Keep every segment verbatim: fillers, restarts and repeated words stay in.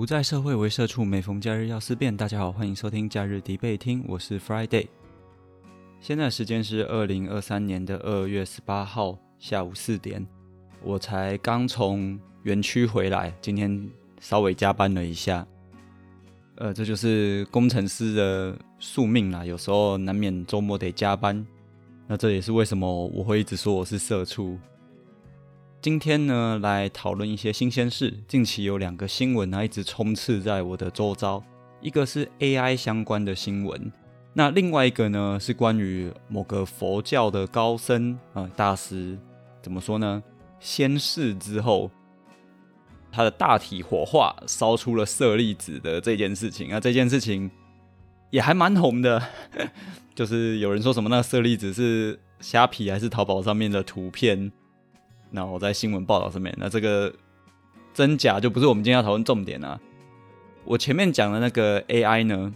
独在社会为社畜，每逢假日要思辨。大家好，欢迎收听假日迪贝听，我是 Friday。现在时间是二零二三年的二月十八号下午四点，我才刚从园区回来，今天稍微加班了一下。呃，这就是工程师的宿命啦，有时候难免周末得加班。那这也是为什么我会一直说我是社畜。今天呢，来讨论一些新鲜事。近期有两个新闻啊，一直充斥在我的周遭。一个是 A I 相关的新闻，那另外一个呢是关于某个佛教的高僧啊、呃、大师，怎么说呢？仙逝之后，他的大体火化烧出了舍利子的这件事情啊，这件事情也还蛮红的，就是有人说什么那个舍利子是虾皮还是淘宝上面的图片。那我在新闻报道上面，那这个真假就不是我们今天要讨论重点啊。我前面讲的那个 A I 呢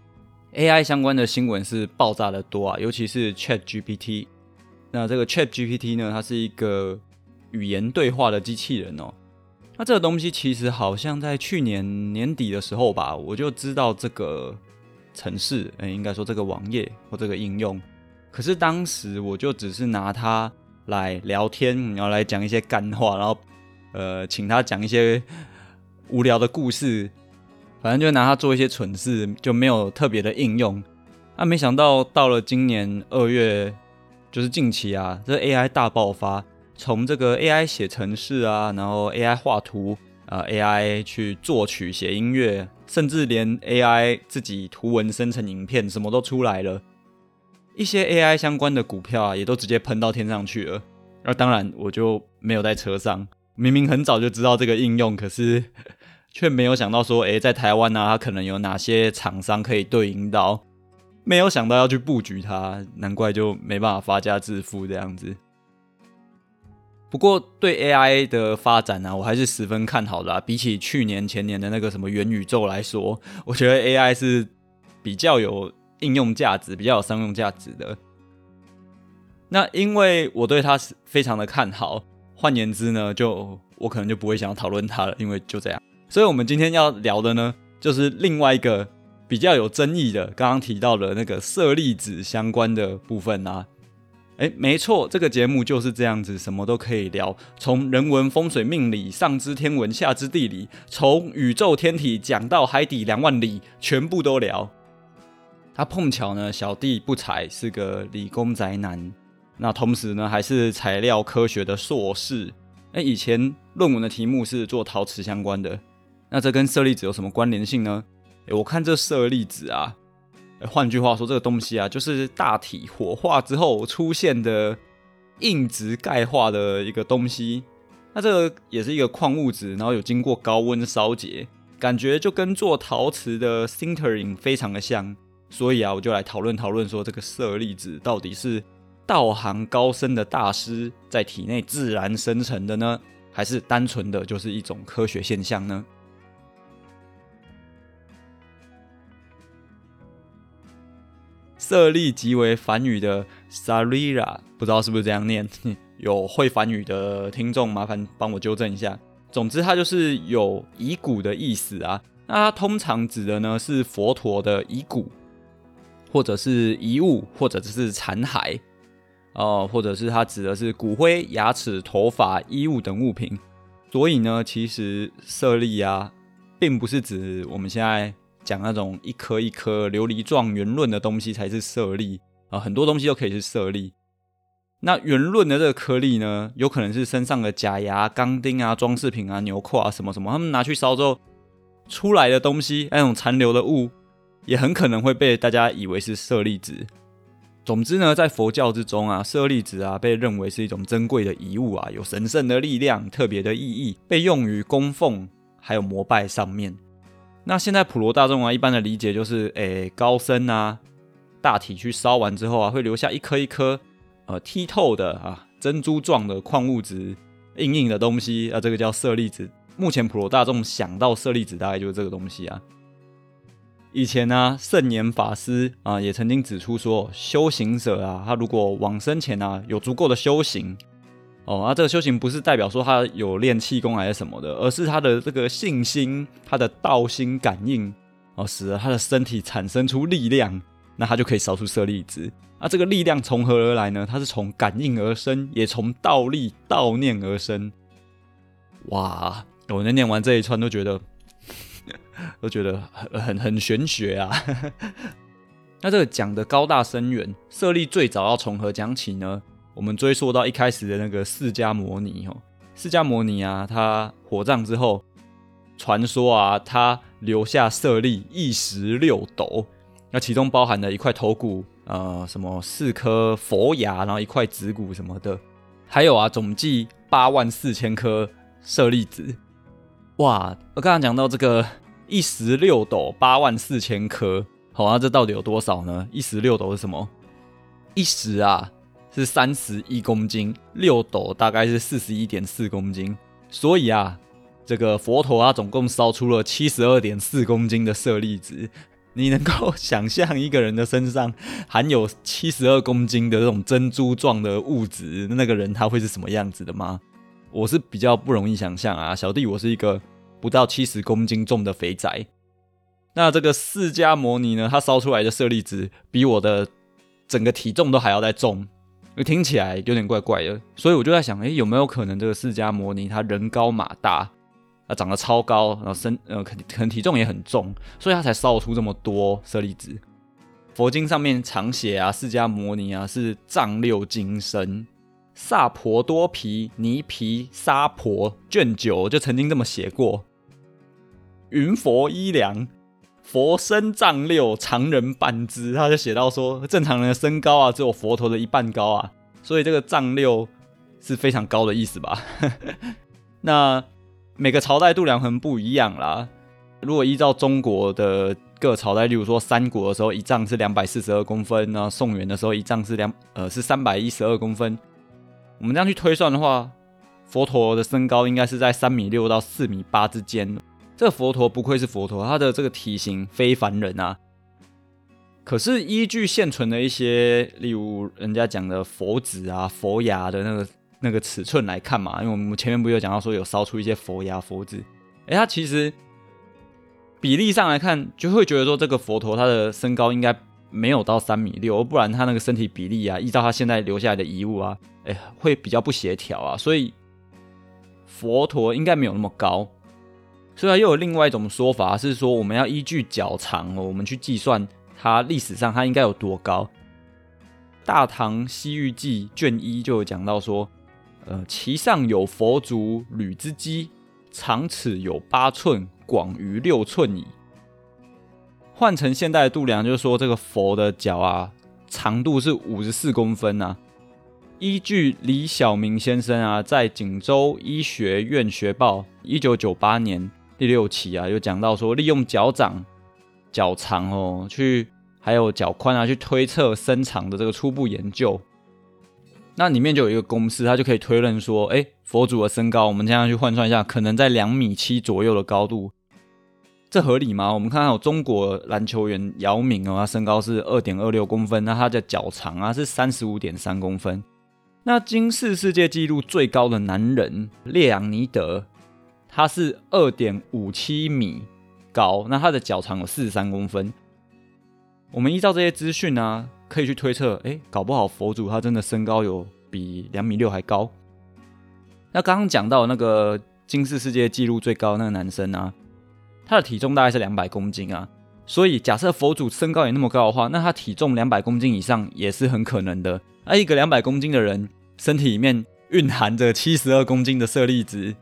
，A I 相关的新闻是爆炸的多啊，尤其是 ChatGPT。那这个 ChatGPT 呢，它是一个语言对话的机器人哦。那这个东西其实好像在去年年底的时候吧，我就知道这个程式，欸、应该说这个网页或这个应用。可是当时我就只是拿它来聊天，然后来讲一些干话，然后呃，请他讲一些无聊的故事，反正就拿他做一些蠢事，就没有特别的应用。啊，没想到到了今年二月，就是近期啊，这 A I 大爆发，从这个 A I 写程式啊，然后 A I 画图啊、呃、，A I 去作曲写音乐，甚至连 A I 自己图文生成影片，什么都出来了。一些 A I 相关的股票啊，也都直接喷到天上去了。而当然，我就没有在车上。明明很早就知道这个应用，可是却没有想到说，诶，在台湾啊，它可能有哪些厂商可以对应到，没有想到要去布局它，难怪就没办法发家致富这样子。不过对 A I 的发展啊，我还是十分看好的啊。比起去年前年的那个什么元宇宙来说，我觉得 A I 是比较有应用价值，比较有商用价值的。那因为我对它非常的看好，换言之呢，就我可能就不会想要讨论它了，因为就这样。所以我们今天要聊的呢，就是另外一个比较有争议的，刚刚提到的那个舍利子相关的部分啊。诶，没错，这个节目就是这样子，什么都可以聊，从人文、风水、命理、上知天文、下知地理，从宇宙天体讲到海底两万里，全部都聊。他碰巧呢，小弟不才，是个理工宅男。那同时呢，还是材料科学的硕士。欸、以前论文的题目是做陶瓷相关的。那这跟舍利子有什么关联性呢？欸、我看这舍利子啊，换、欸、句话说，这个东西啊，就是大体火化之后出现的硬质钙化的一个东西。那这个也是一个矿物质，然后有经过高温烧结，感觉就跟做陶瓷的 sintering 非常的像。所以啊，我就来讨论讨论说，这个舍利子到底是道行高深的大师在体内自然生成的呢，还是单纯的就是一种科学现象呢？舍利即为梵语的 Sarira， 不知道是不是这样念，有会梵语的听众麻烦帮我纠正一下。总之它就是有遗骨的意思啊，那它通常指的呢是佛陀的遗骨，或者是遗物，或者是残骸。哦，或者是它指的是骨灰、牙齿、头发、衣物等物品。所以呢，其实舍利啊，并不是指我们现在讲那种一颗一颗琉璃状圆润的东西才是舍利啊，很多东西都可以是舍利。那圆润的这个颗粒呢，有可能是身上的假牙、钢钉啊、装饰品啊、纽扣啊什么什么，他们拿去烧之后出来的东西，那种残留的物，也很可能会被大家以为是舍利子。总之呢，在佛教之中啊，舍利子啊被认为是一种珍贵的遗物啊，有神圣的力量、特别的意义，被用于供奉还有膜拜上面。那现在普罗大众啊，一般的理解就是，诶，高僧啊，大体去烧完之后啊，会留下一颗一颗呃剔透的啊珍珠状的矿物质硬硬的东西啊，这个叫舍利子。目前普罗大众想到舍利子，大概就是这个东西啊。以前啊，圣严法师啊也曾经指出说，修行者啊，他如果往生前啊有足够的修行， 哦，啊，这个修行不是代表说他有练气功还是什么的，而是他的这个信心，他的道心感应，哦，使得他的身体产生出力量，那他就可以烧出舍利子。那、啊、这个力量从何而来呢？它是从感应而生，也从道力、道念而生。哇，我念完这一串都觉得，都觉得很很很玄学啊。那这个讲的高大深远，舍利最早要从何讲起呢？我们追溯到一开始的那个释迦牟尼哦，释迦牟尼啊，他火葬之后，传说啊，他留下舍利一石六斗，那其中包含了一块头骨，呃，什么四颗佛牙，然后一块指骨什么的，还有啊，总计八万四千颗舍利子。哇，我刚刚讲到这个一石六斗，八万四千颗，好啊，这到底有多少呢？一石六斗是什么？一石啊。是三十一公斤，六斗大概是四十一点四公斤，所以啊，这个佛陀他总共烧出了七十二点四公斤的舍利子。你能够想象一个人的身上含有七十二公斤的这种珍珠状的物质，那个人他会是什么样子的吗？我是比较不容易想象啊，小弟我是一个不到七十公斤重的肥宅。那这个释迦牟尼呢，他烧出来的舍利子比我的整个体重都还要再重。听起来有点怪怪的，所以我就在想，欸，有没有可能这个释迦牟尼他人高马大，啊，长得超高，然后身呃可能体重也很重，所以他才烧出这么多舍利子。佛经上面常写啊，释迦牟尼啊是丈六金身，萨婆多毗尼毗沙婆卷九就曾经这么写过。云佛衣凉。佛身丈六，常人半之，他就写到说，正常人的身高啊，只有佛陀的一半高啊，所以这个丈六是非常高的意思吧？那每个朝代度量衡不一样啦。如果依照中国的各朝代，例如说三国的时候，一丈是两百四十二公分，然后宋元的时候一丈是两呃是三百一十二公分。我们这样去推算的话，佛陀的身高应该是在三米六到四米八之间。这个佛陀不愧是佛陀，他的这个体型非凡人啊。可是依据现存的一些，例如人家讲的佛指啊、佛牙的那个那个尺寸来看嘛，因为我们前面不是有讲到说有烧出一些佛牙、佛指，哎，他其实比例上来看，就会觉得说这个佛陀他的身高应该没有到三米六，不然他那个身体比例啊，依照他现在留下来的遗物啊，哎，会比较不协调啊，所以佛陀应该没有那么高。所以又有另外一种说法是说，我们要依据脚长、哦、我们去计算它历史上它应该有多高。大唐西域记卷一就有讲到说，呃，其上有佛足履之基，长尺有八寸，广于六寸矣。换成现代的度量，就是说这个佛的脚啊，长度是五十四公分啊。依据李晓明先生啊，在锦州医学院学报一九九八年第六期啊，有讲到说，利用脚掌、脚长哦，去还有脚宽啊，去推测身长的这个初步研究。那里面就有一个公式，它就可以推论说，哎，佛祖的身高，我们这样去换算一下，可能在两米七左右的高度，这合理吗？我们看看有中国篮球员姚明哦，他身高是 二点二六公分，那他的脚长啊是 三十五点三公分。那金氏世界纪录最高的男人列昂尼德，他是 二点五七米高，那他的脚长有四十三公分。我们依照这些资讯啊，可以去推测，哎，搞不好佛祖他真的身高有比两米六还高。那刚刚讲到那个金氏世界纪录最高的那个男生啊，他的体重大概是两百公斤啊，所以假设佛祖身高也那么高的话，那他体重两百公斤以上也是很可能的。那一个两百公斤的人，身体里面蕴含着七十二公斤的舍利子，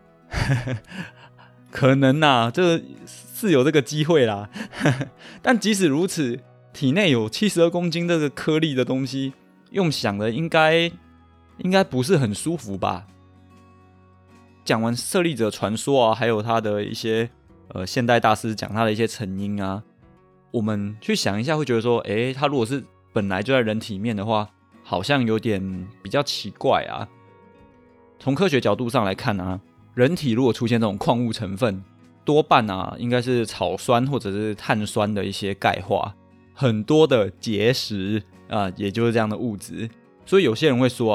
可能啊，这是有这个机会啦。但即使如此，体内有七十二公斤这个颗粒的东西，用想的应该应该不是很舒服吧？讲完舍利子的传说啊，还有他的一些呃现代大师讲他的一些成因啊，我们去想一下，会觉得说，哎，他如果是本来就在人体里面的话，好像有点比较奇怪啊。从科学角度上来看啊，人体如果出现这种矿物成分，多半啊应该是草酸或者是碳酸的一些钙化，很多的结石啊，也就是这样的物质。所以有些人会说啊，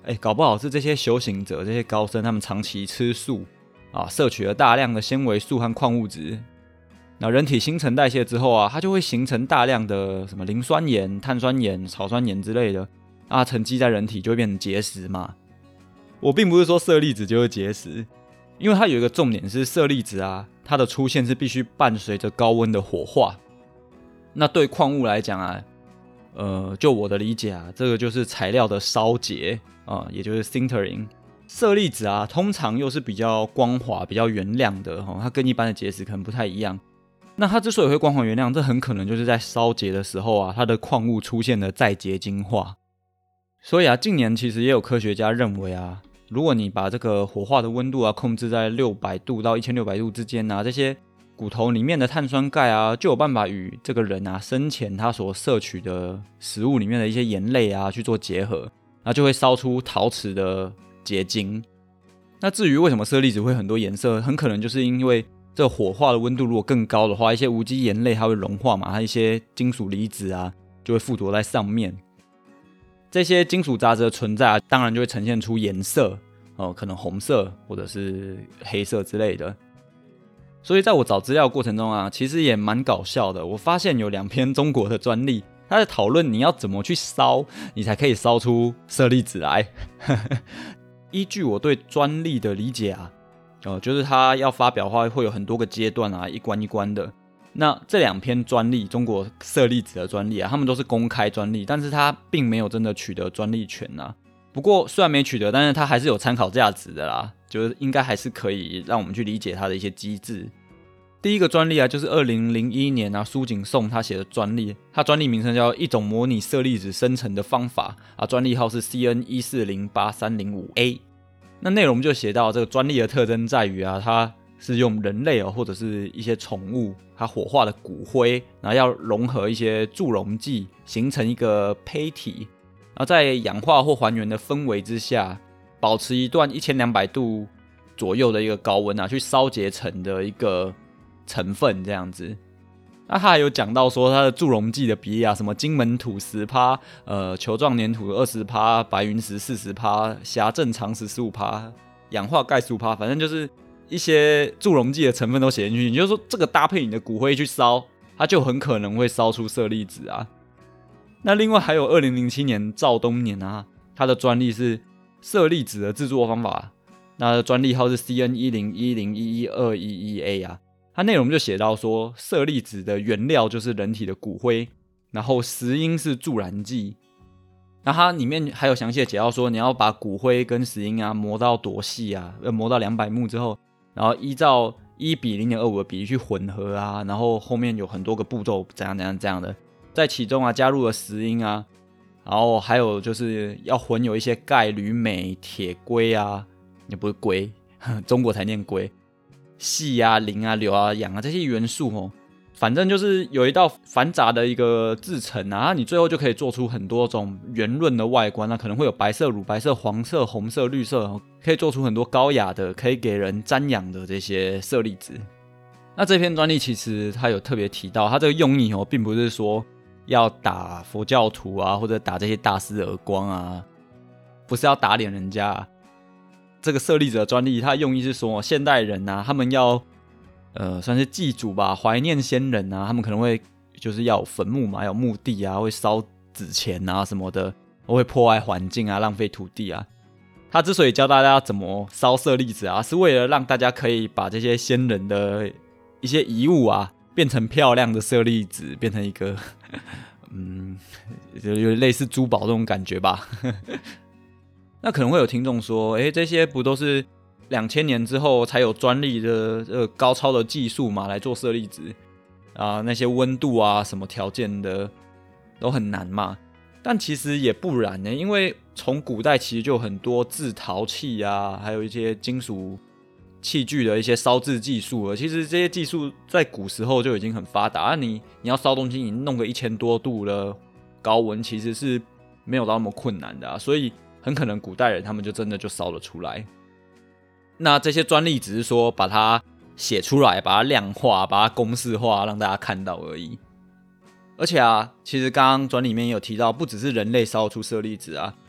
哎，搞不好是这些修行者、这些高僧，他们长期吃素啊，摄取了大量的纤维素和矿物质。那人体新陈代谢之后啊，它就会形成大量的什么磷酸盐、碳酸盐、草酸盐之类的啊，沉积在人体就会变成结石嘛。我并不是说舍利子就会结石，因为它有一个重点是舍利子啊，它的出现是必须伴随着高温的火化。那对矿物来讲啊，呃，就我的理解啊，这个就是材料的烧结啊，也就是 sintering。舍利子啊，通常又是比较光滑、比较原亮的，哦，它跟一般的结石可能不太一样。那它之所以会光滑原亮，这很可能就是在烧结的时候啊，它的矿物出现了再结晶化。所以啊，近年其实也有科学家认为啊，如果你把这个火化的温度啊控制在六百度到一千六百度之间啊，这些骨头里面的碳酸钙啊，就有办法与这个人啊生前他所摄取的食物里面的一些盐类啊去做结合，那就会烧出陶瓷的结晶。那至于为什么舍利子会很多颜色，很可能就是因为这火化的温度如果更高的话，一些无机盐类它会融化嘛，它一些金属离子啊就会附着在上面。这些金属杂质的存在啊，当然就会呈现出颜色哦，可能红色或者是黑色之类的。所以在我找资料的过程中啊，其实也蛮搞笑的。我发现有两篇中国的专利，它在讨论你要怎么去烧，你才可以烧出舍利子来。依据我对专利的理解啊，呃，就是它要发表的话会有很多个阶段啊，一关一关的。那这两篇专利，中国舍利子的专利啊，他们都是公开专利，但是它并没有真的取得专利权啊。不过虽然没取得，但是它还是有参考价值的啦，就是应该还是可以让我们去理解它的一些机制。第一个专利啊，就是二零零一年啊，苏景颂他写的专利，他专利名称叫一种模拟舍利子生成的方法啊，专利号是 C N 一四零八三零五 A。那内容就写到，这个专利的特征在于啊，它是用人类哦，或者是一些宠物，它火化的骨灰，然后要融合一些助溶剂，形成一个胚体，然后在氧化或还原的氛围之下，保持一段一千两百度左右的一个高温啊，去烧结成的一个成分这样子。那他还有讲到说它的助溶剂的比例啊，什么金门土 百分之十， 呃，球状粘土 百分之二十， 白云石 百分之四十， 狭正常石 百分之十五， 氧化钙 百分之十五， 反正就是一些助溶剂的成分都写进去。也就是说，这个搭配你的骨灰去烧，它就很可能会烧出舍利子啊。那另外还有二零零七年赵东年啊，他的专利是舍利子的制作方法，那专利号是 C N 一零一零一一二一一 A 啊。它内容就写到说，舍利子的原料就是人体的骨灰，然后石英是助燃剂。那它里面还有详细的解到说，你要把骨灰跟石英啊磨到多细啊，磨到两百目之后，然后依照一比零点二五的比例去混合啊，然后后面有很多个步骤，怎样怎样这样的，在其中啊加入了石英啊，然后还有就是要混有一些钙、铝、镁、铁、硅啊，也不是硅，中国才念硅。硒啊、磷啊、硫啊、氧啊这些元素哦，反正就是有一道繁杂的一个制成啊，你最后就可以做出很多种圆润的外观，那可能会有白色、乳白色、黄色、红色、绿色，可以做出很多高雅的、可以给人瞻仰的这些舍利子。那这篇专利其实它有特别提到，它这个用意哦，并不是说要打佛教徒啊，或者打这些大师耳光啊，不是要打脸人家啊。这个舍利子的专利，它的用意是说，现代人啊，他们要呃算是祭祖吧，怀念先人啊，他们可能会就是要有坟墓嘛，要有墓地啊，会烧纸钱啊什么的，会破坏环境啊，浪费土地啊。他之所以教大家怎么烧舍利子啊，是为了让大家可以把这些先人的一些遗物啊，变成漂亮的舍利子，变成一个嗯，有点类似珠宝这种感觉吧。那可能会有听众说，诶，这些不都是两千年之后才有专利的、呃、高超的技术嘛，来做舍利子啊，那些温度啊什么条件的都很难嘛。但其实也不然呢，因为从古代其实就有很多制陶器啊，还有一些金属器具的一些烧制技术了。其实这些技术在古时候就已经很发达，啊、你你要烧东西，你弄个一千多度的高温，其实是没有到那么困难的啊，所以很可能古代人他们就真的就烧了出来。那这些专利只是说把它写出来，把它量化，把它公式化，让大家看到而已。而且啊，其实刚刚专利里面有提到，不只是人类烧出舍利子啊，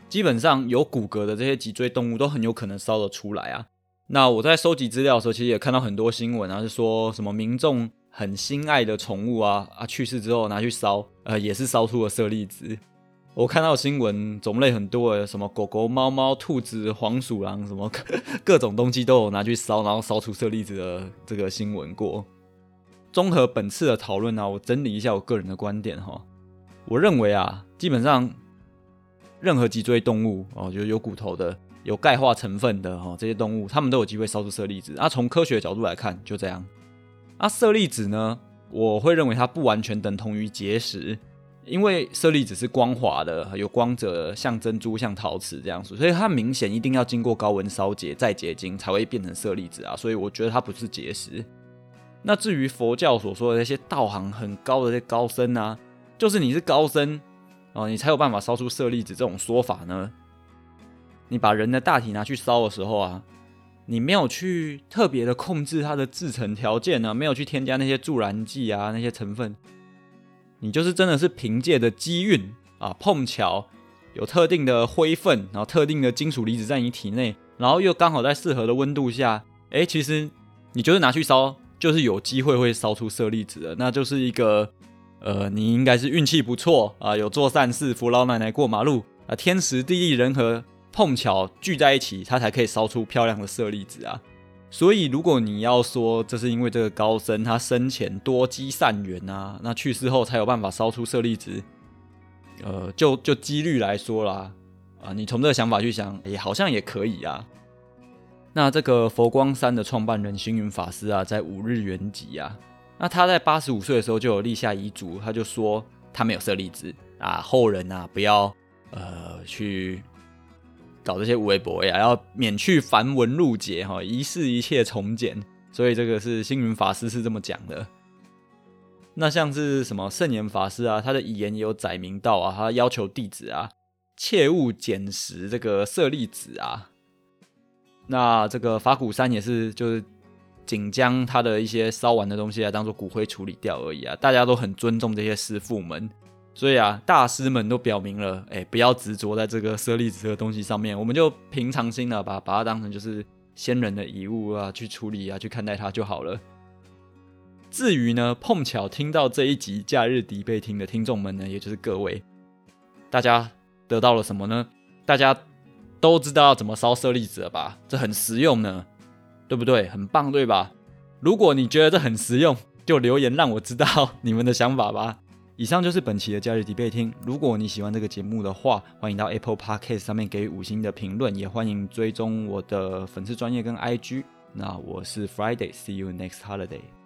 基本上有骨骼的这些脊椎动物都很有可能烧得出来啊。那我在收集资料的时候，其实也看到很多新闻啊，是说什么民众很心爱的宠物啊啊去世之后拿去烧，呃，也是烧出了舍利子。我看到新闻种类很多的，什么狗狗、猫猫、兔子、黄鼠狼，什么各种东西都有拿去烧，然后烧出舍利子的这个新闻过。综合本次的讨论啊，我整理一下我个人的观点哈。我认为啊，基本上任何脊椎动物哦，就是有骨头的、有钙化成分的哦，这些动物，它们都有机会烧出舍利子。啊，从科学的角度来看，就这样。啊，舍利子呢，我会认为它不完全等同于结石。因为舍利子是光滑的，有光泽，像珍珠、像陶瓷这样子，所以它明显一定要经过高温烧结再结晶，才会变成舍利子啊。所以我觉得它不是结石。那至于佛教所说的那些道行很高的那些高僧啊，就是你是高僧哦，你才有办法烧出舍利子这种说法呢。你把人的大体拿去烧的时候啊，你没有去特别的控制它的制成条件啊，没有去添加那些助燃剂啊那些成分。你就是真的是凭借着机运啊，碰巧有特定的灰分，然后特定的金属离子在你体内，然后又刚好在适合的温度下，哎，其实你就是拿去烧，就是有机会会烧出舍利子的，那就是一个呃，你应该是运气不错啊，有做善事，扶老奶奶过马路啊，天时地利人和碰巧聚在一起，它才可以烧出漂亮的舍利子啊。所以如果你要说这是因为这个高僧他生前多积善缘啊，那去世后才有办法烧出舍利子，呃，就就几率来说啦，啊，你从这个想法去想，也好像也可以啊。那这个佛光山的创办人星云法师啊，在五日圆寂啊，那他在八十五岁的时候就有立下遗嘱，他就说他没有舍利子啊，后人啊不要呃去搞这些无为博啊，要免去繁文缛节哈，一世一切从简。所以这个是星云法师是这么讲的。那像是什么圣严法师啊，他的遗言也有载明到啊，他要求弟子啊，切勿捡拾这个舍利子啊。那这个法鼓山也是，就是仅将他的一些烧完的东西来当做骨灰处理掉而已啊。大家都很尊重这些师父们。所以啊，大师们都表明了，哎，不要执着在这个舍利子的东西上面，我们就平常心的把把它当成就是先人的遗物啊，去处理啊，去看待它就好了。至于呢，碰巧听到这一集假日迪贝听的听众们呢，也就是各位，大家得到了什么呢？大家都知道要怎么烧舍利子了吧？这很实用呢，对不对？很棒，对吧？如果你觉得这很实用，就留言让我知道你们的想法吧。以上就是本期的假日迪贝听。如果你喜欢这个节目的话，欢迎到 Apple Podcast 上面给予五星的评论，也欢迎追踪我的粉丝专页跟 I G。那我是 Friday，see you next holiday。